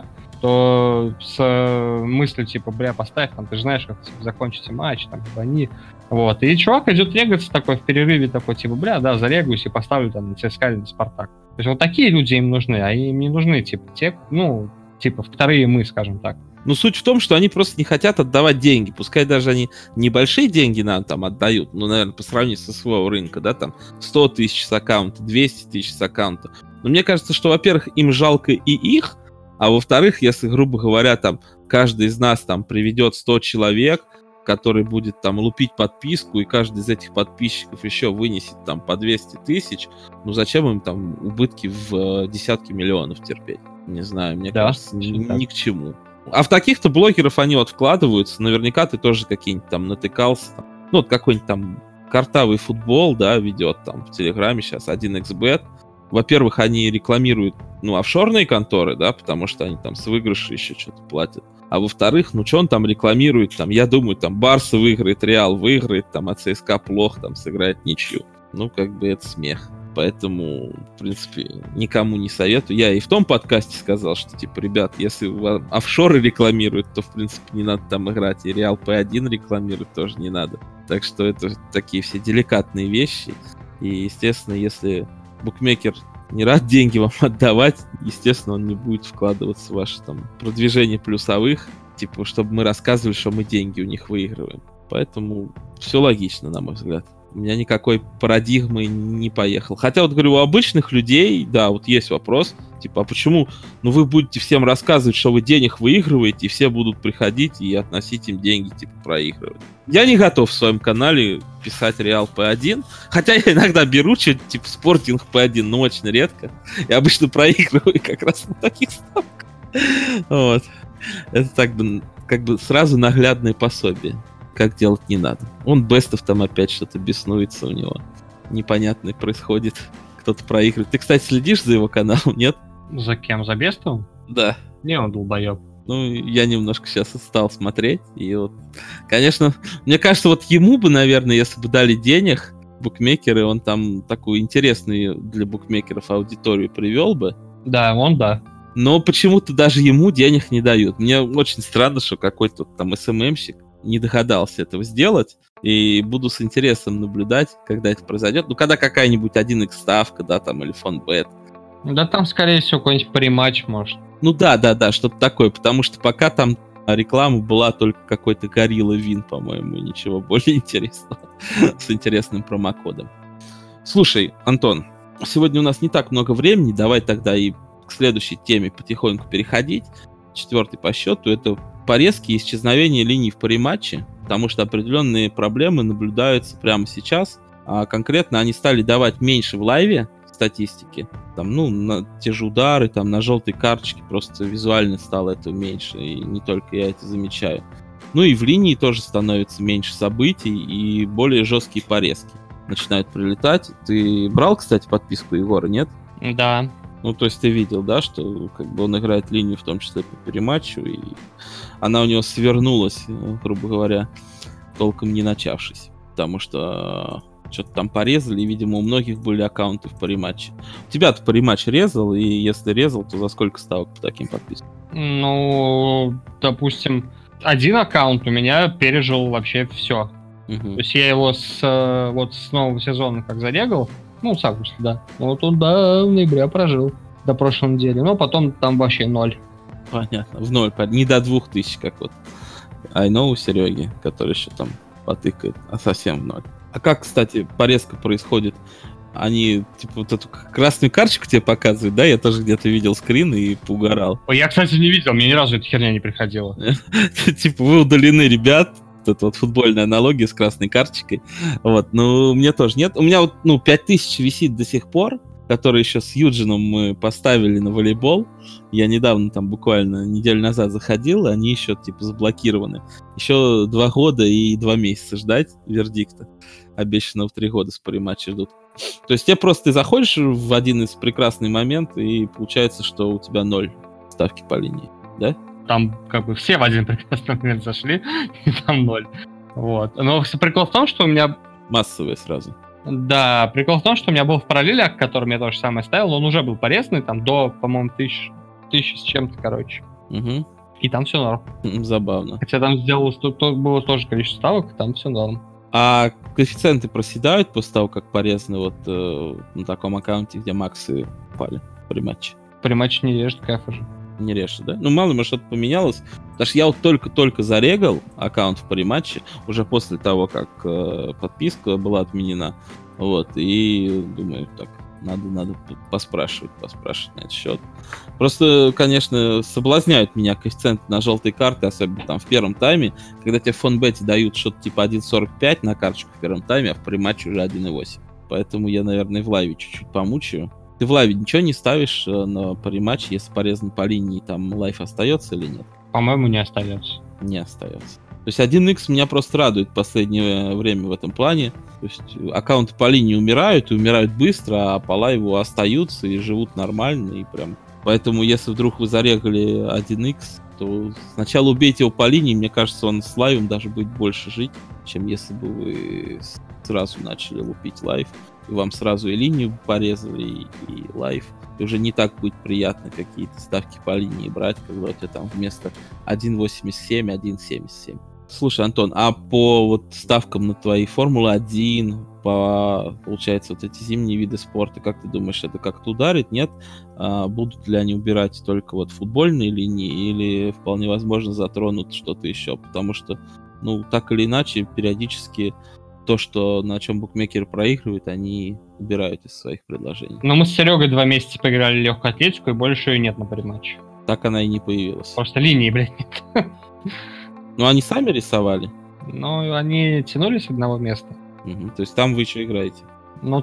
то с мыслью типа, бля, поставь, там, ты же знаешь, как типа, закончится матч, там, они... Вот, и чувак идет регаться такой в перерыве, такой, типа, бля, да, зарегаюсь и поставлю там на ЦСКА или на Спартак. То есть вот такие люди им нужны, а им не нужны, типа, те, ну, типа, вторые мы, скажем так. Ну, суть в том, что они просто не хотят отдавать деньги. Пускай даже они небольшие деньги нам там отдают, ну, наверное, по сравнению со своего рынка, да, там, сто тысяч с аккаунта, двести тысяч с аккаунта. Но мне кажется, что, во-первых, им жалко и их, а во-вторых, если, грубо говоря, там, каждый из нас там приведет сто человек, который будет там лупить подписку, и каждый из этих подписчиков еще вынесет там по двести тысяч, ну зачем им там убытки в э, десятки миллионов терпеть? Не знаю, мне да, кажется, ни, ни к чему. А в таких-то блогеров они вот вкладываются, наверняка ты тоже какие-нибудь там натыкался, там, ну вот какой-нибудь там картавый футбол, да, ведет там в Телеграме сейчас один икс бет. Во-первых, они рекламируют, ну, офшорные конторы, да, потому что они там с выигрыша еще что-то платят. А во-вторых, ну, что он там рекламирует, там, я думаю, там, Барса выиграет, Реал выиграет, там, а ЦСКА плохо, там, сыграет ничью. Ну, как бы это смех. Поэтому, в принципе, никому не советую. Я и в том подкасте сказал, что, типа, ребят, если вам офшоры рекламируют, то, в принципе, не надо там играть. И Реал пи один рекламирует, тоже не надо. Так что это такие все деликатные вещи. И, естественно, если букмекер не рад деньги вам отдавать, естественно, он не будет вкладываться в ваше там продвижение плюсовых, типа, чтобы мы рассказывали, что мы деньги у них выигрываем. Поэтому все логично, на мой взгляд. У меня никакой парадигмы не поехал. Хотя вот, говорю, у обычных людей, да, вот есть вопрос, типа, а почему, ну, вы будете всем рассказывать, что вы денег выигрываете, и все будут приходить и относить им деньги, типа, проигрывать. Я не готов в своем канале писать Реал пи один, хотя я иногда беру что-то, типа, Спортинг пи один, но очень редко. Я обычно проигрываю как раз на таких ставках. Вот. Это так бы, как бы сразу наглядное пособие. Как делать не надо. Он Бестов там опять что-то беснуется у него. Непонятное происходит. Кто-то проигрывает. Ты, кстати, следишь за его каналом, нет? За кем? За Бестовым? Да. Не, он долбоеб. Ну, я немножко сейчас стал смотреть. И вот, конечно, мне кажется, вот ему бы, наверное, если бы дали денег, букмекеры, он там такую интересную для букмекеров аудиторию привел бы. Да, он да. Но почему-то даже ему денег не дают. Мне очень странно, что какой-то там эс эм эм-щик не догадался этого сделать, и буду с интересом наблюдать, когда это произойдет. Ну, когда какая-нибудь один икс ставка, да, там, или фонбет. Да там, скорее всего, какой-нибудь париматч, может. Ну да, да, да, что-то такое, потому что пока там реклама была только какой-то Gorilla Win, по-моему, ничего более интересного, с интересным промокодом. Слушай, Антон, сегодня у нас не так много времени, давай тогда и к следующей теме потихоньку переходить. Четвертый по счету — это порезки и исчезновение линий в париматче, потому что определенные проблемы наблюдаются прямо сейчас, а конкретно они стали давать меньше в лайве статистики, там, ну, на те же удары, там, на желтой карточке просто визуально стало это меньше, и не только я это замечаю. Ну и в линии тоже становится меньше событий и более жесткие порезки начинают прилетать. Ты брал, кстати, подписку Егора, нет? Да. Ну, то есть ты видел, да, что как бы он играет линию, в том числе по перематчу, и она у него свернулась, грубо говоря, толком не начавшись, потому что что-то там порезали, и, видимо, у многих были аккаунты в париматче. У тебя-то париматч резал, и если резал, то за сколько ставок по таким подпискам? Ну, допустим, один аккаунт у меня пережил вообще все. Угу. То есть я его с, вот с нового сезона как зарегал, ну, с августа, да. Вот он до ноября прожил, до прошлой недели. Но потом там вообще ноль. Понятно, в ноль, не до двух тысяч, как вот I know у Сереги, который еще там потыкает, а совсем в ноль. А как, кстати, порезка происходит? Они, типа, вот эту красную карточку тебе показывают, да? Я тоже где-то видел скрин и поугарал. Ой, я, кстати, не видел, мне ни разу эта херня не приходила. Типа, вы удалены, ребят. Это вот футбольная аналогия с красной карточкой. Вот, ну, мне тоже нет. У меня вот, ну, пять тысяч висит до сих пор, который еще с Юджином мы поставили на волейбол. Я недавно, там, буквально неделю назад заходил, и они еще, типа, заблокированы. Еще два года и два месяца ждать вердикта. Обещанного в три года с париматча ждут. То есть тебе просто ты заходишь в один из прекрасный момент, и получается, что у тебя ноль ставки по линии, да? Там как бы все в один прекрасный момент зашли, и там ноль. Вот. Но прикол в том, что у меня... Массовые сразу. Да, прикол в том, что у меня был в параллелях, которым я тоже самое ставил, он уже был порезанный, там, до, по-моему, тысяч, тысячи с чем-то, короче. Угу. И там все норм. Забавно. Хотя там сделалось, то, то было тоже количество ставок, и там все норм. А коэффициенты проседают после того, как порезаны вот э, на таком аккаунте, где максы упали при матче? При матче не режет кайфа же. Не режет, да? Ну, мало ли, может, что-то поменялось. Потому что я вот только-только зарегал аккаунт в париматче, уже после того, как э, подписка была отменена. Вот, и думаю, так, надо, надо поспрашивать, поспрашивать на этот счет. Просто, конечно, соблазняют меня коэффициенты на желтые карты, особенно там в первом тайме, когда тебе в фонбете дают что-то типа один сорок пять на карточку в первом тайме, а в париматче уже один восемь. Поэтому я, наверное, в лайве чуть-чуть помучаю. Ты в лайве ничего не ставишь на париматч, если порезан по линии, там лайф остается или нет? По-моему, не остается. Не остается. То есть один икс меня просто радует в последнее время в этом плане. То есть аккаунты по линии умирают, и умирают быстро, а по лайву остаются и живут нормально, и прям... Поэтому, если вдруг вы зарегали один икс, то сначала убейте его по линии, мне кажется, он с лайвом даже будет больше жить, чем если бы вы сразу начали лупить лайв, и вам сразу и линию порезали, и, и лайв. И уже не так будет приятно какие-то ставки по линии брать, когда у тебя там вместо один восемьдесят семь, один семьдесят семь. Слушай, Антон, а по вот ставкам на твои Формулы один, по, получается, вот эти зимние виды спорта, как ты думаешь, это как-то ударит, нет? А будут ли они убирать только вот футбольные линии, или вполне возможно затронут что-то еще? Потому что, ну, так или иначе, периодически то, что на чем букмекеры проигрывают, они убирают из своих предложений. Но мы с Серегой два месяца поиграли легкую атлетику, и больше ее нет на париматче. Так она и не появилась. Просто линии, блядь, нет. Ну, они сами рисовали? Ну, они тянулись с одного места. Угу. То есть там вы еще играете? Ну,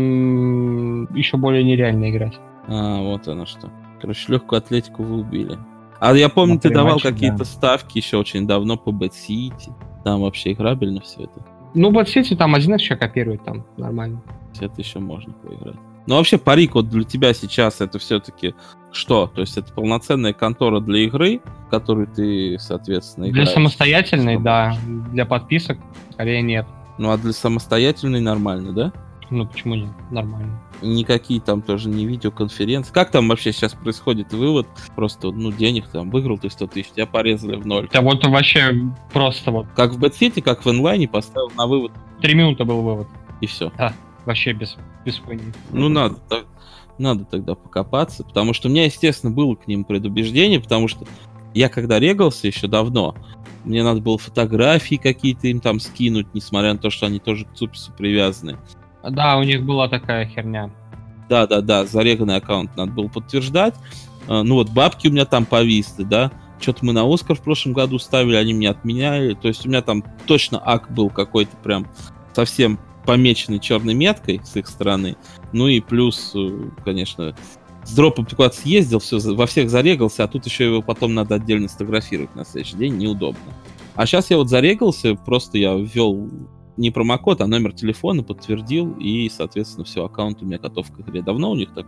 там еще более нереально играть. А, вот оно что. Короче, легкую атлетику вы убили. А я помню, ты давал какие-то да. ставки еще очень давно по Bad City. Там вообще играбельно все это. Ну, Bad City там один еще копирует, там нормально. Это еще можно поиграть. Ну, вообще, парик вот для тебя сейчас это все-таки что? То есть это полноценная контора для игры, в которой ты, соответственно, играешь? Для самостоятельной, да. Для подписок скорее нет. Ну, а для самостоятельной нормально, да? Ну, почему нет? Нормально. Никакие там тоже не видеоконференции. Как там вообще сейчас происходит вывод? Просто, ну, денег там выиграл ты сто тысяч, тебя порезали в ноль. Да вот вообще просто вот. Как в Bad City, как в онлайне поставил на вывод. Три минуты был вывод. И все. Да, вообще без, без хуйни. Ну, надо, так, надо тогда покопаться, потому что у меня, естественно, было к ним предубеждение, потому что я когда регался еще давно, мне надо было фотографии какие-то им там скинуть, несмотря на то, что они тоже к Цупису привязаны. Да, у них была такая херня. Да-да-да, зареганный аккаунт надо было подтверждать. Ну вот бабки у меня там повисли, да. Что-то мы на Оскар в прошлом году ставили, они меня отменяли. То есть у меня там точно ак был какой-то прям совсем помеченный черной меткой с их стороны. Ну и плюс, конечно, с дропом ты куда-то съездил, все, во всех зарегался, а тут еще его потом надо отдельно сфотографировать на следующий день, неудобно. А сейчас я вот зарегался, просто я ввел не промокод, а номер телефона, подтвердил, и, соответственно, все, аккаунт у меня готов к игре. Давно у них так?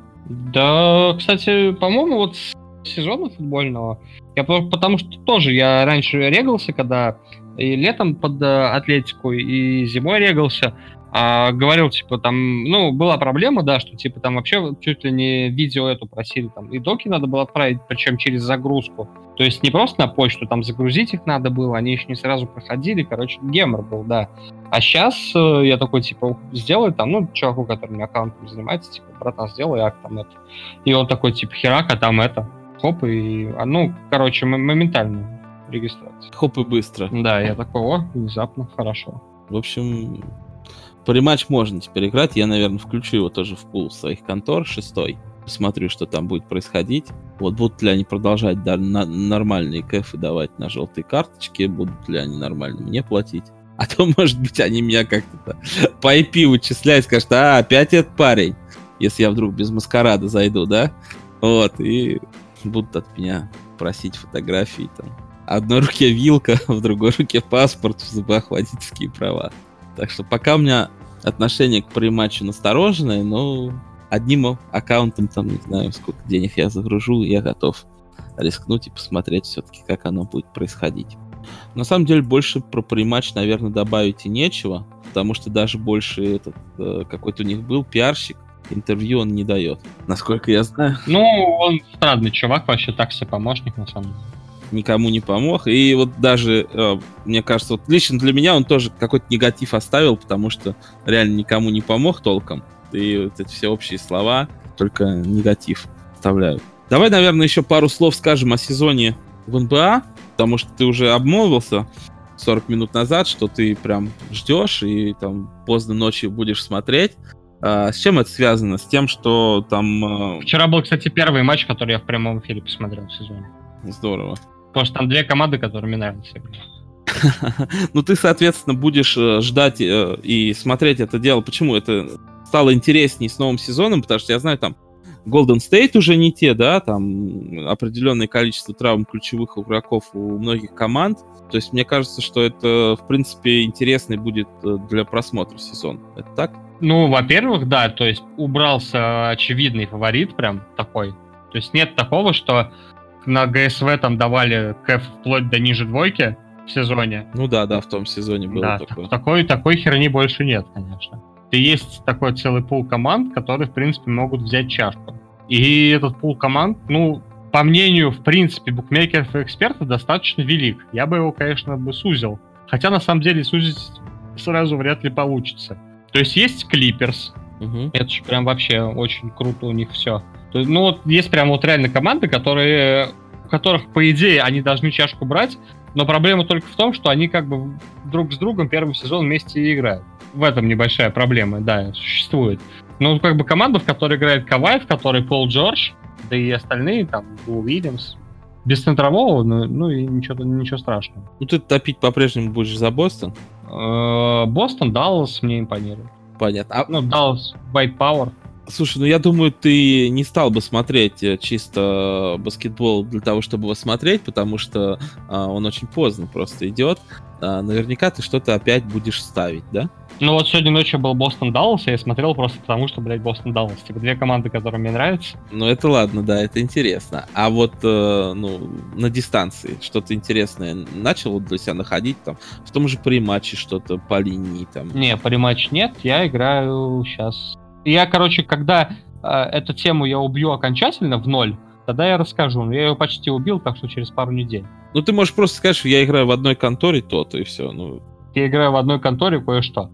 Да, кстати, по-моему, вот с сезона футбольного, я потому что тоже я раньше регался, когда и летом под Атлетику, и зимой регался, а, говорил, типа, там, ну, была проблема, да, что, типа, там вообще чуть ли не видео эту просили, там, и доки надо было отправить, причем через загрузку. То есть не просто на почту, там, загрузить их надо было, они еще не сразу проходили, короче, гемор был, да. А сейчас э, я такой, типа, сделай там, ну, чуваку, который у меня аккаунтом занимается, типа, братан, сделай акт там это. И он такой, типа, херак, а там это, хоп, и, а, ну, короче, м- моментально регистрация. Хоп и быстро. Да, я такой, о, внезапно, хорошо. В общем, париматч можно теперь играть. Я, наверное, включу его тоже в пул своих контор, шестой. Посмотрю, что там будет происходить. Вот будут ли они продолжать да, на, нормальные кэфы давать на желтые карточки, будут ли они нормально мне платить. А то, может быть, они меня как-то по ай пи вычисляют, скажут, а, опять этот парень. Если я вдруг без маскарада зайду, да? Вот, и будут от меня просить фотографии там. В одной руке вилка, в другой руке паспорт, в зубах водительские права. Так что пока у меня отношение к париматчу настороженное, но одним аккаунтом, там, не знаю, сколько денег я загружу, я готов рискнуть и посмотреть все-таки, как оно будет происходить. На самом деле больше про прематч, наверное, добавить и нечего, потому что даже больше этот э, какой-то у них был пиарщик, интервью он не дает, насколько я знаю. Ну, он странный чувак, вообще так себе помощник, на самом деле. Никому не помог, и вот даже, э, мне кажется, вот лично для меня он тоже какой-то негатив оставил, потому что реально никому не помог толком, и вот эти все общие слова только негатив оставляют. Давай, наверное, еще пару слов скажем о сезоне в эн бэ а, потому что ты уже обмолвился сорок минут назад, что ты прям ждешь и там поздно ночью будешь смотреть. А, с чем это связано? С тем, что там... Вчера был, кстати, первый матч, который я в прямом эфире посмотрел в сезоне. Здорово. Потому что там две команды, которые мне нравятся. Ну, ты, соответственно, будешь ждать и смотреть это дело. Почему? Это стало интереснее с новым сезоном, потому что я знаю, там Golden State уже не те, да, там определенное количество травм ключевых игроков у многих команд. То есть мне кажется, что это, в принципе, интересный будет для просмотра сезон. Это так? Ну, во-первых, да, то есть убрался очевидный фаворит прям такой. То есть нет такого, что на джи эс ви там давали кэф вплоть до ниже двойки в сезоне. Ну да, да, в том сезоне было да, такое. Такой, такой херни больше нет, конечно. И есть такой целый пул команд, которые, в принципе, могут взять чашку. И этот пул команд, ну, по мнению, в принципе, букмекеров и экспертов, достаточно велик. Я бы его, конечно, бы сузил. Хотя, на самом деле, сузить сразу вряд ли получится. То есть есть Клиперс. Угу. Это же прям вообще очень круто у них все. Ну вот есть прям вот реально команды, которые, у которых, по идее, они должны чашку брать, но проблема только в том, что они как бы друг с другом первый сезон вместе и играют. В этом небольшая проблема, да, существует. Ну, как бы команда, в которой играет Кавай, в которой Пол Джордж, да и остальные, там, Лу Уильямс, без центрового, ну, ну и ничего, ничего страшного. Ну, ты топить по-прежнему будешь за Бостон? Бостон, Даллас мне импонирует. Понятно. А... Ну, Даллас, White Power. Слушай, ну я думаю, ты не стал бы смотреть чисто баскетбол для того, чтобы его смотреть, потому что а, он очень поздно просто идет. А, наверняка ты что-то опять будешь ставить, да? Ну вот сегодня ночью был Бостон-Даллас, и я смотрел просто потому, что, блядь, Бостон-Даллас. Типа две команды, которые мне нравятся. Ну это ладно, да, это интересно. А вот, э, ну, на дистанции что-то интересное начал для себя находить там? В том же прематче что-то по линии там? Не, прематч нет, я играю сейчас... Я, короче, когда э, эту тему я убью окончательно в ноль, тогда я расскажу. Но я ее почти убил, так что через пару недель. Ну ты можешь просто сказать, что я играю в одной конторе, то-то и все. Ну... Я играю в одной конторе кое-что.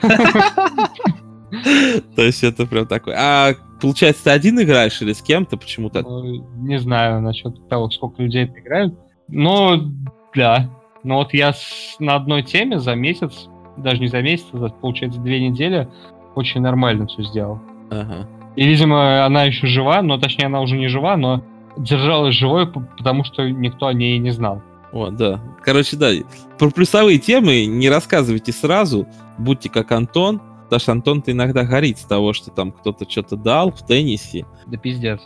То есть это прям такой. А получается, ты один играешь или с кем-то? Почему так? Не знаю насчет того, сколько людей это играют. Но да. Но вот я на одной теме за месяц, даже не за месяц, а получается две недели, очень нормально все сделал. Ага. И, видимо, она еще жива, но точнее она уже не жива, но держалась живой, потому что никто о ней не знал. О, да. Короче, да. Про плюсовые темы не рассказывайте сразу. Будьте как Антон. Потому что Антон-то иногда горит с того, что там кто-то что-то дал в теннисе. Да пиздец.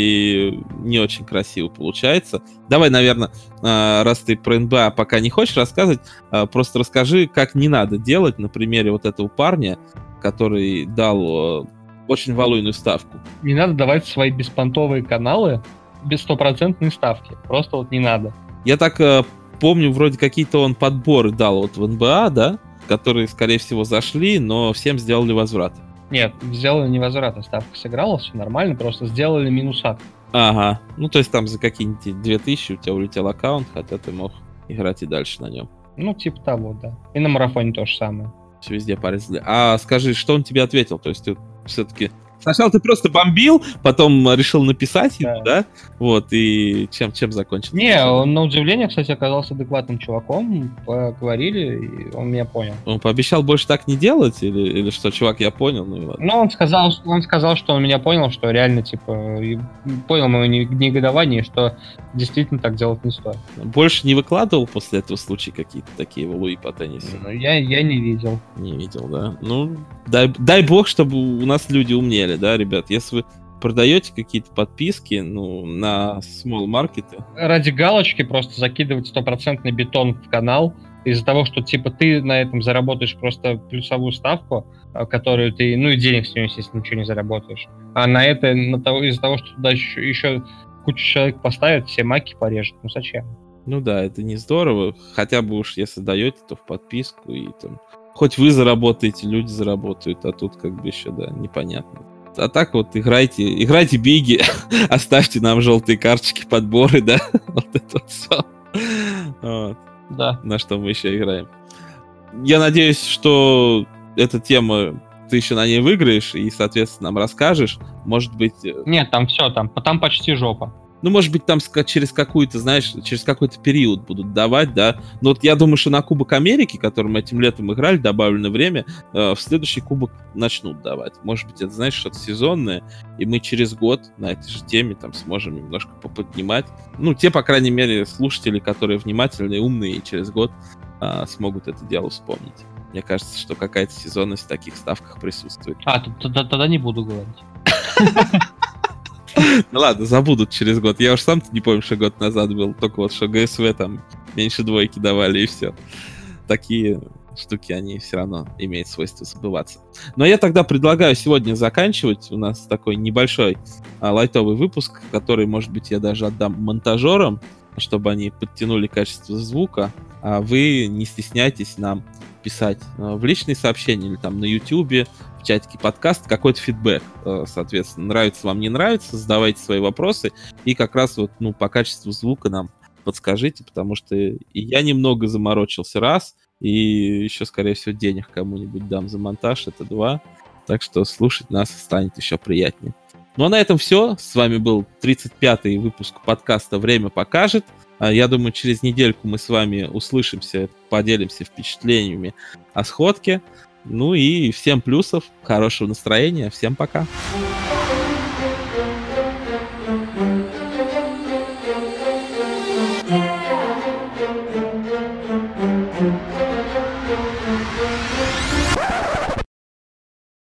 И не очень красиво получается. Давай, наверное, раз ты про эн бэ а пока не хочешь рассказывать, просто расскажи, как не надо делать на примере вот этого парня, который дал очень валуйную ставку. Не надо давать свои беспонтовые каналы без стопроцентной ставки. Просто вот не надо. Я так э, помню, вроде какие-то он подборы дал вот в эн бэ а, да? Которые, скорее всего, зашли, но всем сделали возврат. Нет, сделали не возврат, а ставка сыграла, все нормально, просто сделали минусак. Ага, ну то есть там за какие-нибудь две тысячи у тебя улетел аккаунт, хотя ты мог играть и дальше на нем. Ну, типа того, да. И на марафоне то же самое. Все везде порезали. А скажи, что он тебе ответил? То есть ты все-таки... Сначала ты просто бомбил, потом решил написать да. ему, да? Вот, и чем, чем закончил? Не, он на удивление, кстати, оказался адекватным чуваком. Поговорили, и он меня понял. Он пообещал больше так не делать? Или, или что, чувак, я понял? Ну, и ладно. Ну, он сказал, он сказал, что он меня понял, что реально, типа, понял мое негодование, что действительно так делать не стоит. Больше не выкладывал после этого случая какие-то такие валуи по теннису? Ну, я, я не видел. Не видел, да? Ну, дай, дай бог, чтобы у нас люди умнели, да, ребят? Если вы продаете какие-то подписки, ну, на small маркеты. Ради галочки просто закидывать стопроцентный бетон в канал из-за того, что, типа, ты на этом заработаешь просто плюсовую ставку, которую ты, ну, и денег с нее, естественно, ничего не заработаешь. А на это, на того, из-за того, что туда еще, еще кучу человек поставят, все маки порежут. Ну, зачем? Ну да, это не здорово. Хотя бы уж если даете, то в подписку и там... Хоть вы заработаете, люди заработают, а тут как бы еще, да, непонятно. А так вот, играйте, играйте биги, оставьте нам желтые карточки, подборы, да, вот это вот все. Вот. Да. На что мы еще играем. Я надеюсь, что эта тема, ты еще на ней выиграешь и, соответственно, нам расскажешь. Может быть... Нет, там все, там, там почти жопа. Ну, может быть, там через какую-то, знаешь, через какой-то период будут давать, да. Но вот я думаю, что на Кубок Америки, который мы этим летом играли, добавленное время, э, в следующий Кубок начнут давать. Может быть, это, знаешь, что-то сезонное, и мы через год на этой же теме там сможем немножко поподнимать. Ну, те, по крайней мере, слушатели, которые внимательные, умные, и через год э, смогут это дело вспомнить. Мне кажется, что какая-то сезонность в таких ставках присутствует. А, тогда не буду говорить. Ну ладно, забудут через год. Я уж сам не помню, что год назад был. Только вот, что ГСВ там меньше двойки давали, и все. Такие штуки, они все равно имеют свойство забываться. Но я тогда предлагаю сегодня заканчивать. У нас такой небольшой а, лайтовый выпуск, который, может быть, я даже отдам монтажерам, чтобы они подтянули качество звука. А вы не стесняйтесь нам писать в личные сообщения или там на Ютубе, в чатике подкаст, какой-то фидбэк, соответственно, нравится вам, не нравится, задавайте свои вопросы, и как раз вот, ну, по качеству звука нам подскажите, потому что и я немного заморочился раз, и еще, скорее всего, денег кому-нибудь дам за монтаж, это два, так что слушать нас станет еще приятнее. Ну, а на этом все. С вами был тридцать пятый выпуск подкаста «Время покажет». Я думаю, через недельку мы с вами услышимся, поделимся впечатлениями о сходке. Ну и всем плюсов, хорошего настроения. Всем пока.